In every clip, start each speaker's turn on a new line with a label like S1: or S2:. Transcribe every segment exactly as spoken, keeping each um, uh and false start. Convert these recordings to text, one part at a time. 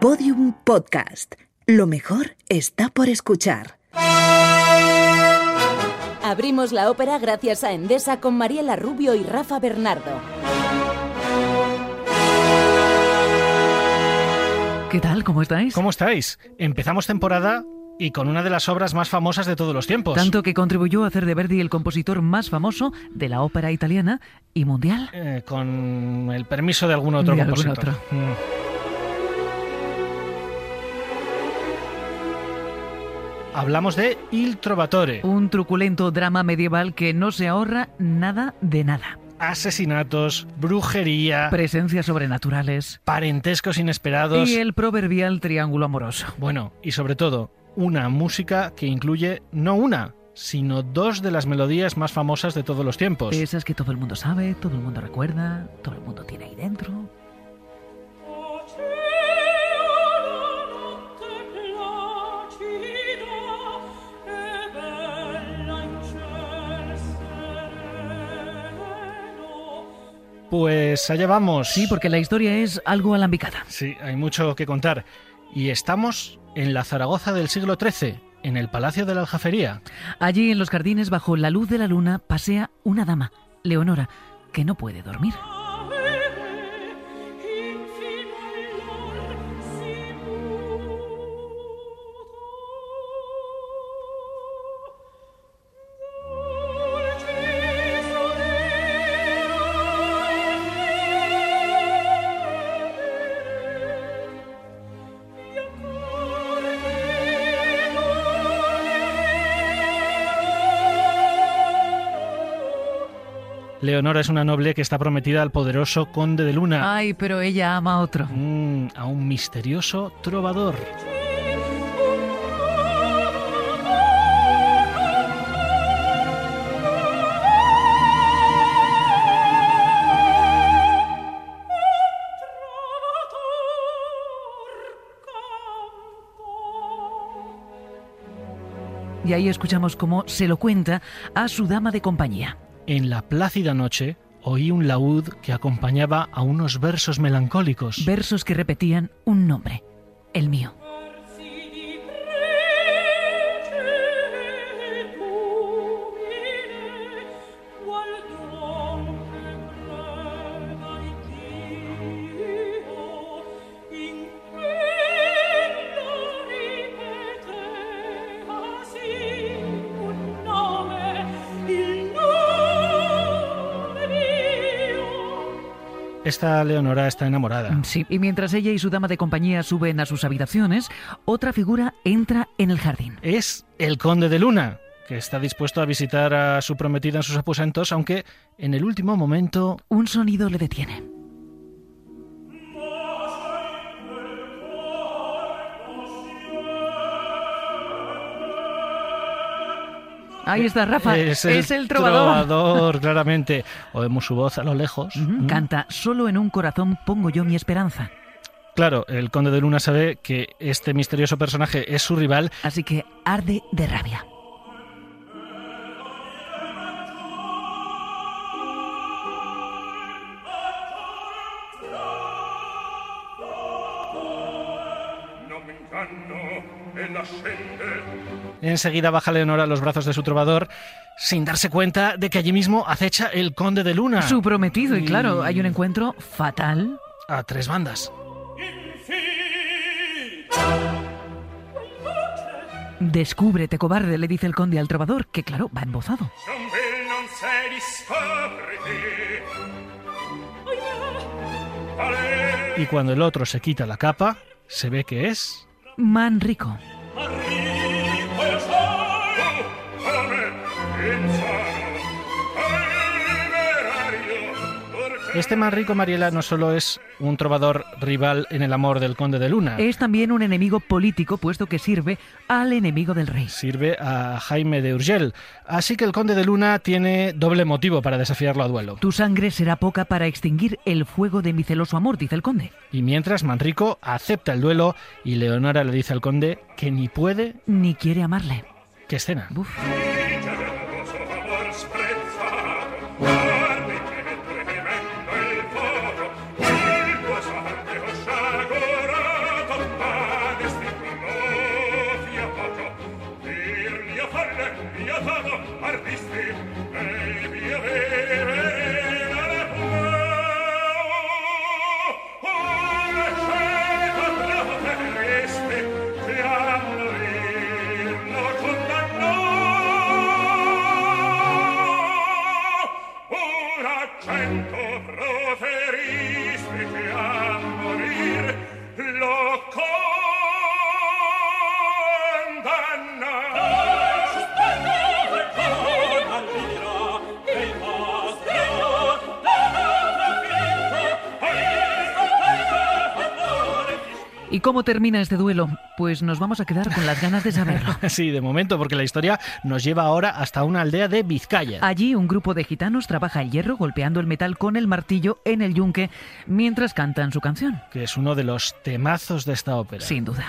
S1: Podium Podcast. Lo mejor está por escuchar.
S2: Abrimos la ópera gracias a Endesa con Mariela Rubio y Rafa Bernardo.
S3: ¿Qué tal? ¿Cómo estáis?
S4: ¿Cómo estáis? Empezamos temporada y con una de las obras más famosas de todos los tiempos.
S3: Tanto que contribuyó a hacer de Verdi el compositor más famoso de la ópera italiana y mundial.
S4: Eh, con el permiso de algún otro
S3: de
S4: compositor.
S3: Algún otro.
S4: Mm. Hablamos de Il Trovatore.
S3: Un truculento drama medieval que no se ahorra nada de nada.
S4: Asesinatos, brujería,
S3: presencias sobrenaturales,
S4: parentescos inesperados
S3: y el proverbial triángulo amoroso.
S4: Bueno, y sobre todo, una música que incluye no una, sino dos de las melodías más famosas de todos los tiempos.
S3: Esas que todo el mundo sabe, todo el mundo recuerda, todo el mundo tiene ahí dentro.
S4: Pues allá vamos.
S3: Sí, porque la historia es algo alambicada.
S4: Sí, hay mucho que contar. Y estamos en la Zaragoza del siglo trece, en el Palacio de la Aljafería.
S3: Allí, en los jardines, bajo la luz de la luna, pasea una dama, Leonora, que no puede dormir.
S4: Leonora es una noble que está prometida al poderoso conde de Luna.
S3: Ay, pero ella ama a otro.
S4: Mm, a un misterioso trovador.
S3: Y ahí escuchamos cómo se lo cuenta a su dama de compañía.
S4: En la plácida noche oí un laúd que acompañaba a unos versos melancólicos.
S3: Versos que repetían un nombre, el mío.
S4: Esta Leonora está enamorada.
S3: Sí, y mientras ella y su dama de compañía suben a sus habitaciones, otra figura entra en el jardín.
S4: Es el conde de Luna, que está dispuesto a visitar a su prometida en sus aposentos, aunque en el último momento
S3: un sonido le detiene. Ahí está, Rafa,
S4: es el,
S3: es el trovador.
S4: trovador, claramente. Oímos su voz a lo lejos.
S3: Uh-huh. ¿Mm? Canta, solo en un corazón pongo yo mi esperanza.
S4: Claro, el conde de Luna sabe que este misterioso personaje es su rival.
S3: Así que arde de rabia.
S4: Enseguida baja Leonora a los brazos de su trovador sin darse cuenta de que allí mismo acecha el conde de Luna.
S3: Su prometido, y claro, hay un encuentro fatal.
S4: A tres bandas.
S3: Descúbrete, cobarde, le dice el conde al trovador, que claro, va embozado.
S4: Y cuando el otro se quita la capa, se ve que es
S3: Manrico.
S4: Este Manrico, Mariela, no solo es un trovador rival en el amor del conde de Luna.
S3: Es también un enemigo político, puesto que sirve al enemigo del rey.
S4: Sirve a Jaime de Urgell. Así que el conde de Luna tiene doble motivo para desafiarlo a duelo.
S3: Tu sangre será poca para extinguir el fuego de mi celoso amor, dice el conde.
S4: Y mientras, Manrico acepta el duelo y Leonora le dice al conde que ni puede
S3: ni quiere amarle.
S4: ¿Qué escena?
S3: Uf. ¿Y cómo termina este duelo? Pues nos vamos a quedar con las ganas de saberlo.
S4: Sí, de momento, porque la historia nos lleva ahora hasta una aldea de Vizcaya.
S3: Allí un grupo de gitanos trabaja el hierro golpeando el metal con el martillo en el yunque mientras cantan su canción.
S4: Que es uno de los temazos de esta ópera.
S3: Sin duda.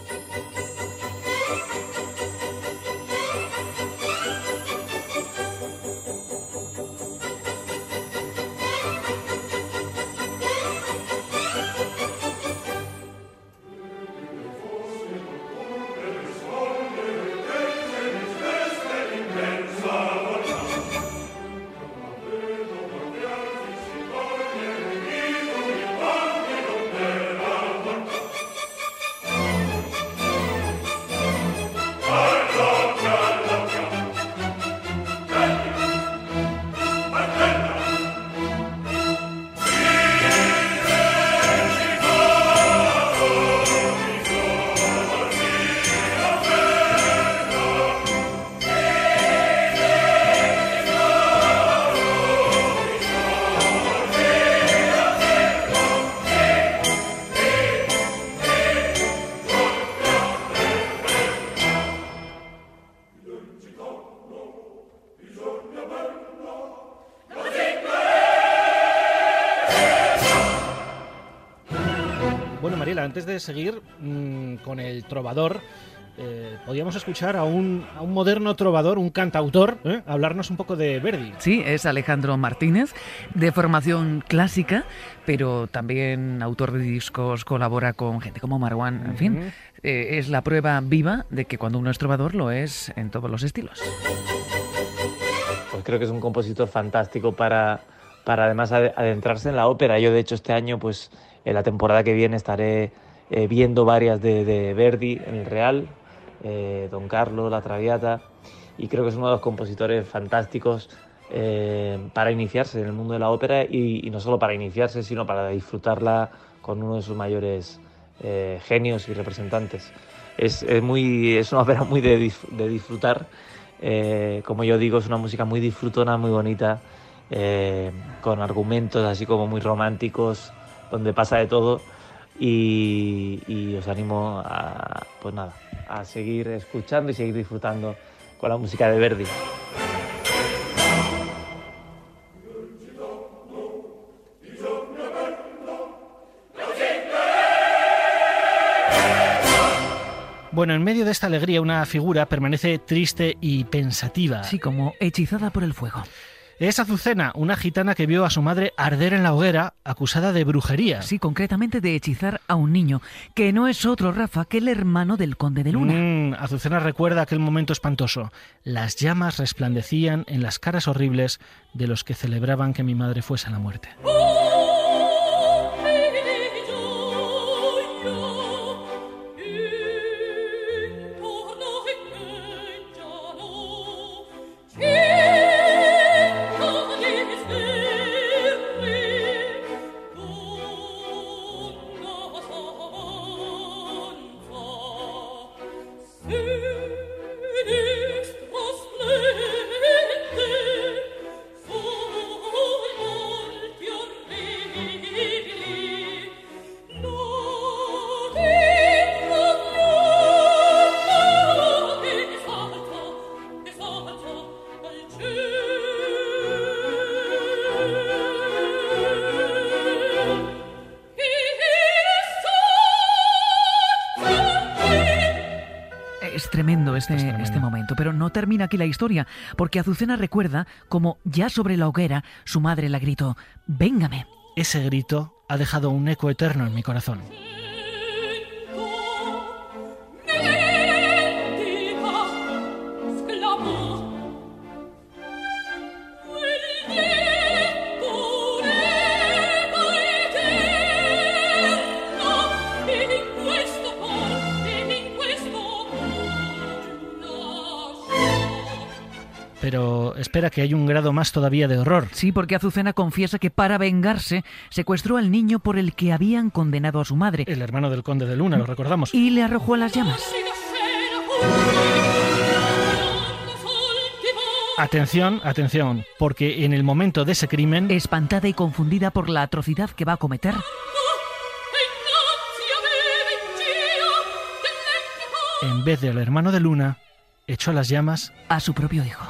S4: Antes de seguir mmm, con el trovador, eh, podíamos escuchar a un, a un moderno trovador, un cantautor, ¿eh? hablarnos un poco de Verdi.
S3: Sí, es Alejandro Martínez, de formación clásica, pero también autor de discos, colabora con gente como Marwan, en uh-huh. fin, eh, es la prueba viva de que cuando uno es trovador lo es en todos los estilos.
S5: Pues creo que es un compositor fantástico para, para además adentrarse en la ópera. Yo, de hecho, este año, pues en la temporada que viene estaré eh, viendo varias de, de Verdi en el Real, eh, Don Carlos, La Traviata, y creo que es uno de los compositores fantásticos eh, para iniciarse en el mundo de la ópera y, y no solo para iniciarse, sino para disfrutarla con uno de sus mayores eh, genios y representantes. Es, es, muy, es una ópera muy de, de disfrutar, eh, como yo digo, es una música muy disfrutona, muy bonita, eh, con argumentos así como muy románticos, donde pasa de todo, y, y os animo a, pues nada, a seguir escuchando y seguir disfrutando con la música de Verdi.
S4: Bueno, en medio de esta alegría una figura permanece triste y pensativa.
S3: Sí, como hechizada por el fuego.
S4: Es Azucena, una gitana que vio a su madre arder en la hoguera, acusada de brujería.
S3: Sí, concretamente de hechizar a un niño, que no es otro, Rafa, que el hermano del conde de Luna.
S4: Mm, Azucena recuerda aquel momento espantoso. Las llamas resplandecían en las caras horribles de los que celebraban que mi madre fuese a la muerte.
S3: Es tremendo este, es tremendo este momento, pero no termina aquí la historia, porque Azucena recuerda como ya sobre la hoguera su madre la gritó: «Véngame».
S4: Ese grito ha dejado un eco eterno en mi corazón. Pero espera, que hay un grado más todavía de horror.
S3: Sí, porque Azucena confiesa que para vengarse secuestró al niño por el que habían condenado a su madre.
S4: El hermano del conde de Luna, lo recordamos.
S3: Y le arrojó a las llamas.
S4: Atención, atención, porque en el momento de ese crimen...
S3: Espantada y confundida por la atrocidad que va a cometer...
S4: en vez del hermano de Luna, echó a las llamas
S3: a su propio hijo.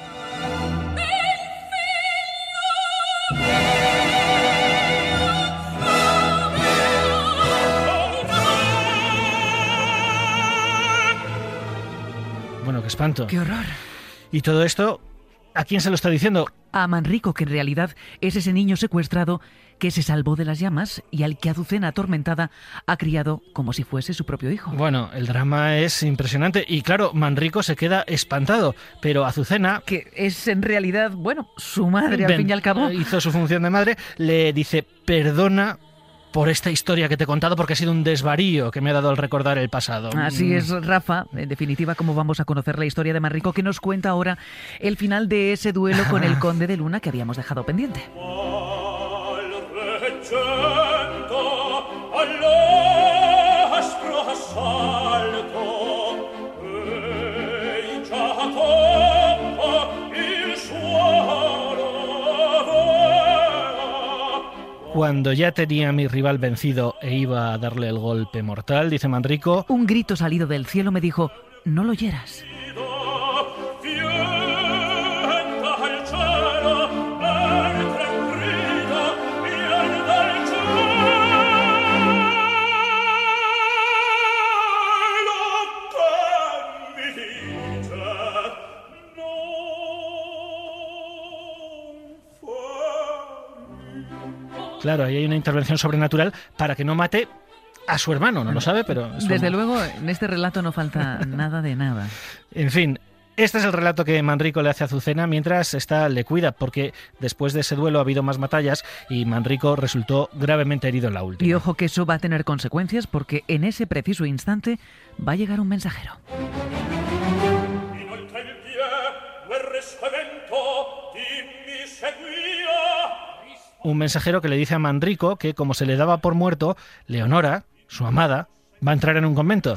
S4: Bueno, qué espanto.
S3: ¡Qué horror!
S4: Y todo esto, ¿a quién se lo está diciendo?
S3: A Manrico, que en realidad es ese niño secuestrado que se salvó de las llamas y al que Azucena atormentada ha criado como si fuese su propio hijo.
S4: Bueno, el drama es impresionante y claro, Manrico se queda espantado, pero Azucena,
S3: que es en realidad, bueno, su madre al fin y al cabo,
S4: hizo su función de madre, le dice: perdona por esta historia que te he contado porque ha sido un desvarío que me ha dado al recordar el pasado.
S3: Así es, Rafa. En definitiva, como vamos a conocer la historia de Manrico, que nos cuenta ahora el final de ese duelo con el Conde de Luna que habíamos dejado pendiente.
S4: Cuando ya tenía a mi rival vencido e iba a darle el golpe mortal, dice Manrico,
S3: un grito salido del cielo me dijo: no lo hieras.
S4: Claro, ahí hay una intervención sobrenatural para que no mate a su hermano, no lo sabe, pero...
S3: Desde hermano. Luego, en este relato no falta nada de nada.
S4: En fin, este es el relato que Manrico le hace a Azucena mientras esta le cuida, porque después de ese duelo ha habido más batallas y Manrico resultó gravemente herido en la última.
S3: Y ojo que eso va a tener consecuencias, porque en ese preciso instante va a llegar un mensajero.
S4: Un mensajero que le dice a Manrico que, como se le daba por muerto, Leonora, su amada, va a entrar en un convento.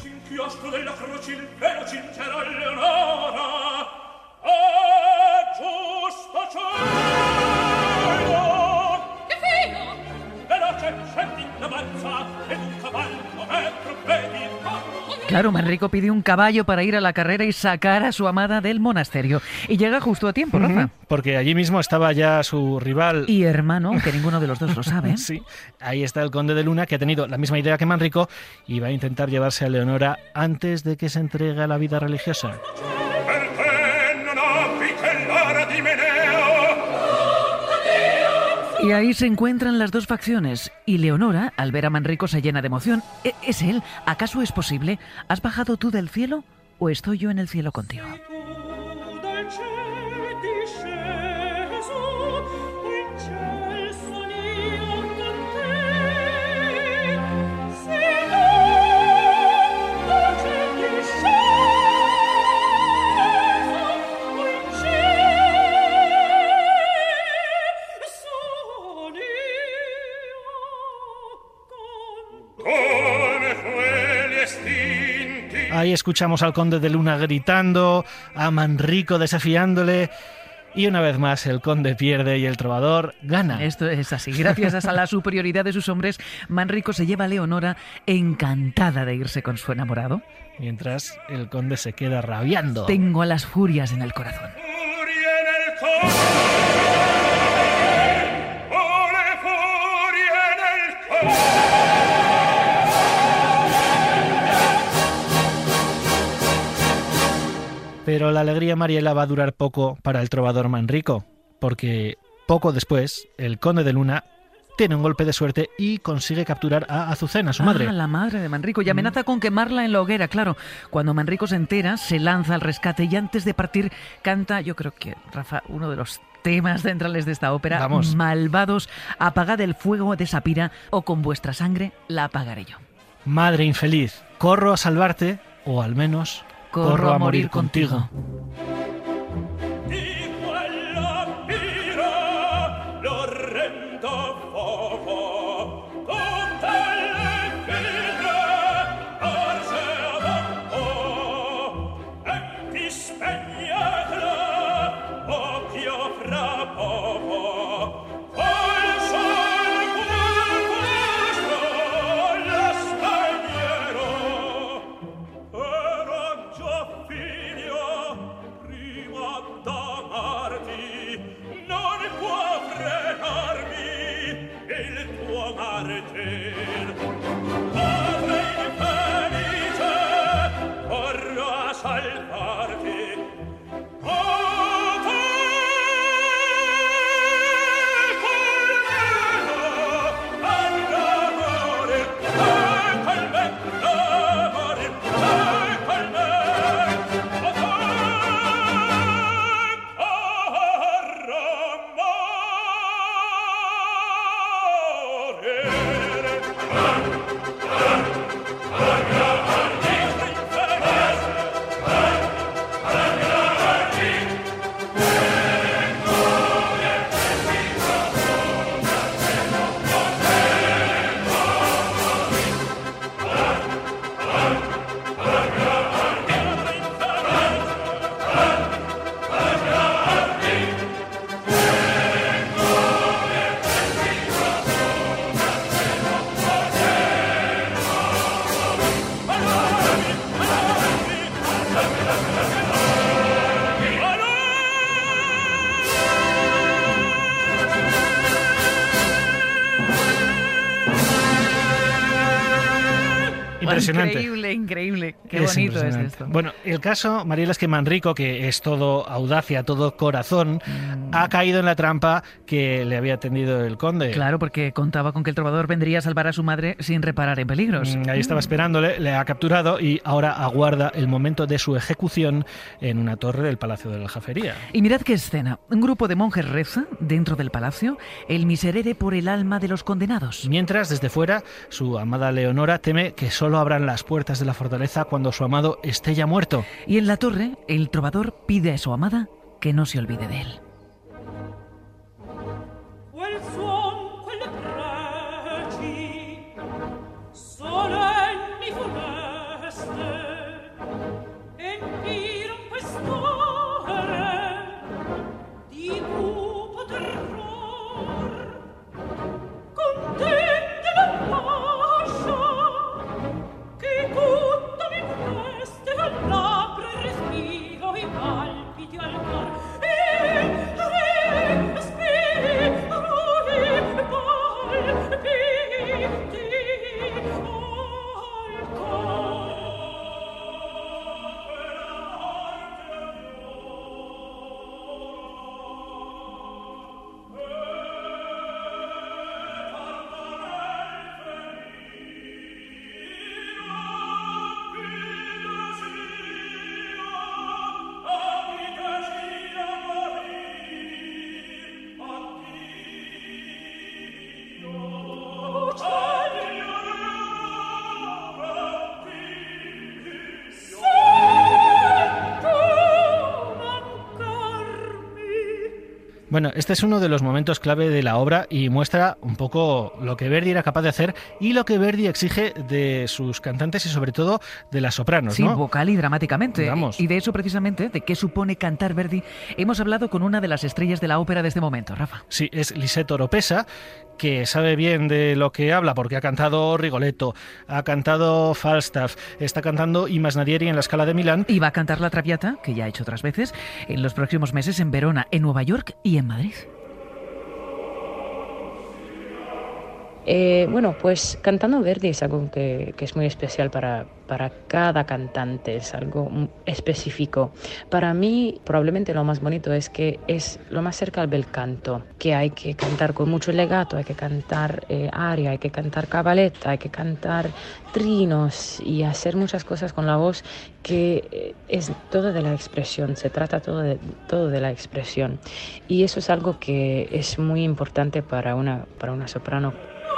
S3: Claro, Manrico pide un caballo para ir a la carrera y sacar a su amada del monasterio. Y llega justo a tiempo, Rafa.
S4: Uh-huh, porque allí mismo estaba ya su rival...
S3: y hermano, aunque ninguno de los dos lo sabe.
S4: Sí, ahí está el Conde de Luna, que ha tenido la misma idea que Manrico y va a intentar llevarse a Leonora antes de que se entregue a la vida religiosa.
S3: Y ahí se encuentran las dos facciones, y Leonora, al ver a Manrico, se llena de emoción. ¿Es él? ¿Acaso es posible? ¿Has bajado tú del cielo o estoy yo en el cielo contigo?
S4: Ahí escuchamos al Conde de Luna gritando, a Manrico desafiándole, y una vez más el Conde pierde y el trovador gana.
S3: Esto es así. Gracias a la superioridad de sus hombres, Manrico se lleva a Leonora encantada de irse con su enamorado.
S4: Mientras el Conde se queda rabiando.
S3: Tengo a las furias en el corazón.
S6: ¡Furia en el corazón!
S4: Pero la alegría mariela va a durar poco para el trovador Manrico, porque poco después el Conde de Luna tiene un golpe de suerte y consigue capturar a Azucena, su madre.
S3: Ah, la madre de Manrico, y amenaza mm. con quemarla en la hoguera, claro. Cuando Manrico se entera, se lanza al rescate y antes de partir canta, yo creo que, Rafa, uno de los temas centrales de esta ópera.
S4: Vamos.
S3: Malvados, apagad el fuego de Sapira o con vuestra sangre la apagaré yo.
S4: Madre infeliz, corro a salvarte o al menos...
S3: Corro, Corro a, a morir contigo. contigo.
S4: Impresionante.
S3: Increíble, increíble. Qué
S4: Es
S3: bonito es
S4: impresionante.
S3: esto.
S4: Bueno, el caso, Mariela, es que Manrico, que es todo audacia, todo corazón,
S3: Mm.
S4: ha caído en la trampa que le había tendido el conde.
S3: Claro, porque contaba con que el trovador vendría a salvar a su madre sin reparar en peligros.
S4: Mm, Ahí estaba esperándole, le ha capturado y ahora aguarda el momento de su ejecución en una torre del Palacio de la Aljafería.
S3: Y mirad qué escena. Un grupo de monjes reza dentro del palacio el miserere por el alma de los condenados.
S4: Mientras, desde fuera, su amada Leonora teme que solo abran las puertas de la fortaleza cuando su amado esté ya muerto.
S3: Y en la torre, el trovador pide a su amada que no se olvide de él.
S6: Quel suon, quelle preci, solenni funeste, empiron quest'ore di cupo terror. Contende la lascia, che tutta mi preste al labbra e respiro i palpiti al cor. E respiro i palpiti al cor.
S4: Bueno, este es uno de los momentos clave de la obra y muestra un poco lo que Verdi era capaz de hacer y lo que Verdi exige de sus cantantes y sobre todo de las sopranos,
S3: Sí,
S4: ¿no?
S3: vocal y dramáticamente.
S4: Vamos.
S3: Y de eso precisamente, de qué supone cantar Verdi, hemos hablado con una de las estrellas de la ópera de este momento, Rafa.
S4: Sí, es Lisette Oropesa, que sabe bien de lo que habla porque ha cantado Rigoletto, ha cantado Falstaff, está cantando I Masnadieri en la Scala de Milán.
S3: Y va a cantar La Traviata, que ya ha hecho otras veces, en los próximos meses en Verona, en Nueva York y en Madrid.
S7: Eh, bueno, pues cantando Verdi es algo que, que es muy especial para, para cada cantante, es algo mm, específico. Para mí, probablemente lo más bonito es que es lo más cerca al bel canto, que hay que cantar con mucho legato, hay que cantar eh, aria, hay que cantar cabaletta, hay que cantar trinos y hacer muchas cosas con la voz, que eh, es todo de la expresión, se trata todo de, todo de la expresión. Y eso es algo que es muy importante para una, para una soprano.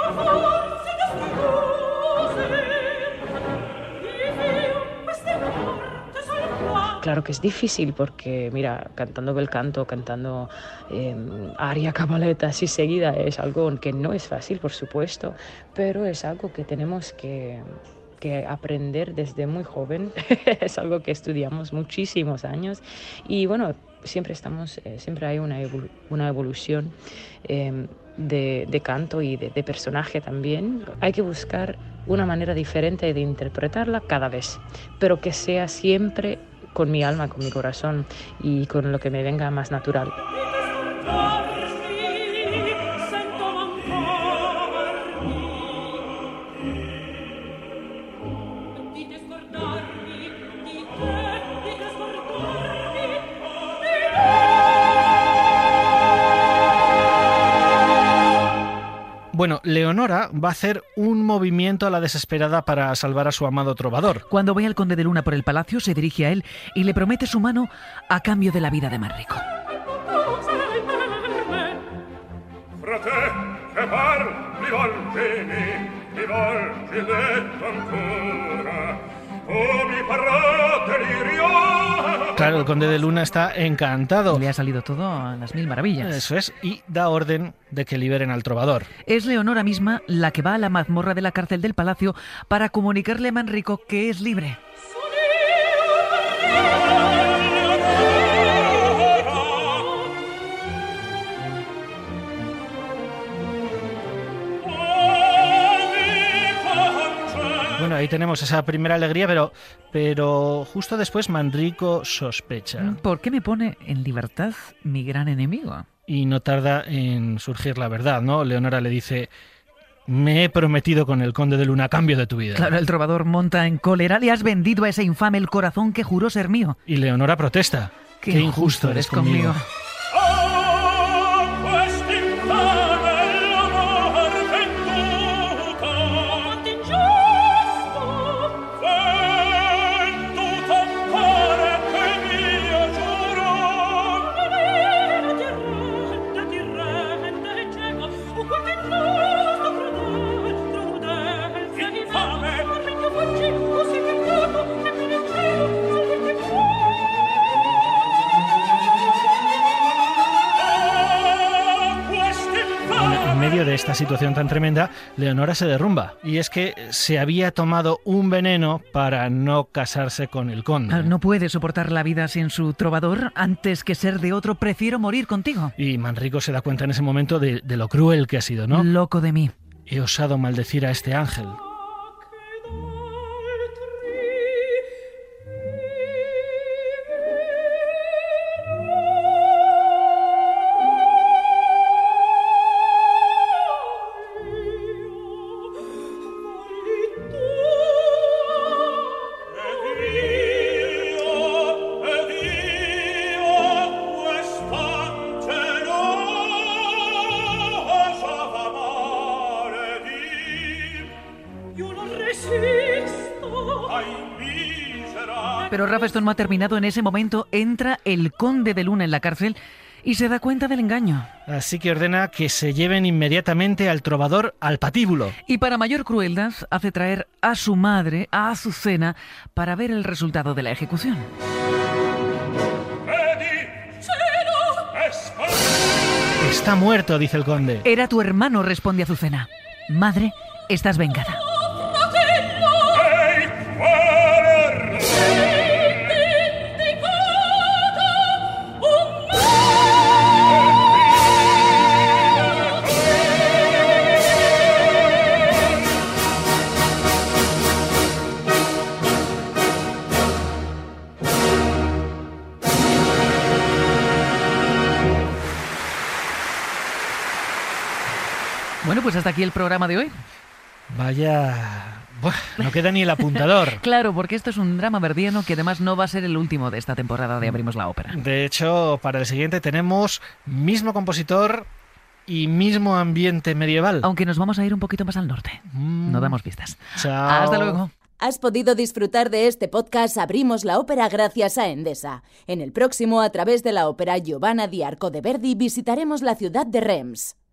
S7: Claro que es difícil porque, mira, cantando bel canto, cantando eh, aria, cabaletta así seguida es algo que no es fácil, por supuesto, pero es algo que tenemos que, que aprender desde muy joven. Es algo que estudiamos muchísimos años y bueno, siempre estamos, eh, siempre hay una, evolu- una evolución eh, de, de canto y de, de personaje también. Hay que buscar una manera diferente de interpretarla cada vez, pero que sea siempre con mi alma, con mi corazón y con lo que me venga más natural.
S4: Bueno, Leonora va a hacer un movimiento a la desesperada para salvar a su amado trovador.
S3: Cuando ve al conde de Luna por el palacio, se dirige a él y le promete su mano a cambio de la vida de Manrico.
S6: Frate, che parli voltini, mi volgi letto ancora, o mi parrà delirio.
S4: Claro, el conde de Luna está encantado.
S3: Le ha salido todo a las mil maravillas.
S4: Eso es, y da orden de que liberen al trovador.
S3: Es Leonora misma la que va a la mazmorra de la cárcel del palacio para comunicarle a Manrico que es libre.
S4: Bueno, ahí tenemos esa primera alegría, pero, pero justo después Manrico sospecha.
S3: ¿Por qué me pone en libertad mi gran enemigo?
S4: Y no tarda en surgir la verdad, ¿no? Leonora le dice: Me he prometido con el conde de Luna a cambio de tu vida.
S3: Claro, el trovador monta en cólera. Le has vendido a ese infame el corazón que juró ser mío.
S4: Y Leonora protesta.
S3: Qué,
S4: Qué injusto eres conmigo. De esta situación tan tremenda, Leonora se derrumba. Y es que se había tomado un veneno para no casarse con el conde.
S3: No puede soportar la vida sin su trovador. Antes que ser de otro, prefiero morir contigo.
S4: Y Manrico se da cuenta en ese momento de, de lo cruel que ha sido, ¿no?
S3: Loco de mí.
S4: He osado maldecir a este ángel.
S3: Pero Rafa, esto no ha terminado. En ese momento entra el conde de Luna en la cárcel y se da cuenta del engaño.
S4: Así que ordena que se lleven inmediatamente al trovador al patíbulo.
S3: Y para mayor crueldad hace traer a su madre, a Azucena, para ver el resultado de la ejecución.
S4: Está muerto, dice el conde.
S3: Era tu hermano, responde Azucena. Madre, estás vengada. Bueno, pues hasta aquí el programa de hoy.
S4: Vaya... Buah, no queda ni el apuntador.
S3: Claro, porque esto es un drama verdiano que además no va a ser el último de esta temporada de Abrimos la Ópera.
S4: De hecho, para el siguiente tenemos mismo compositor y mismo ambiente medieval.
S3: Aunque nos vamos a ir un poquito más al norte.
S4: Mm.
S3: No damos pistas.
S4: Chao.
S3: Hasta luego.
S2: Has podido disfrutar de este podcast Abrimos la Ópera gracias a Endesa. En el próximo, a través de la ópera Giovanna di Arco de Verdi, visitaremos la ciudad de Reims.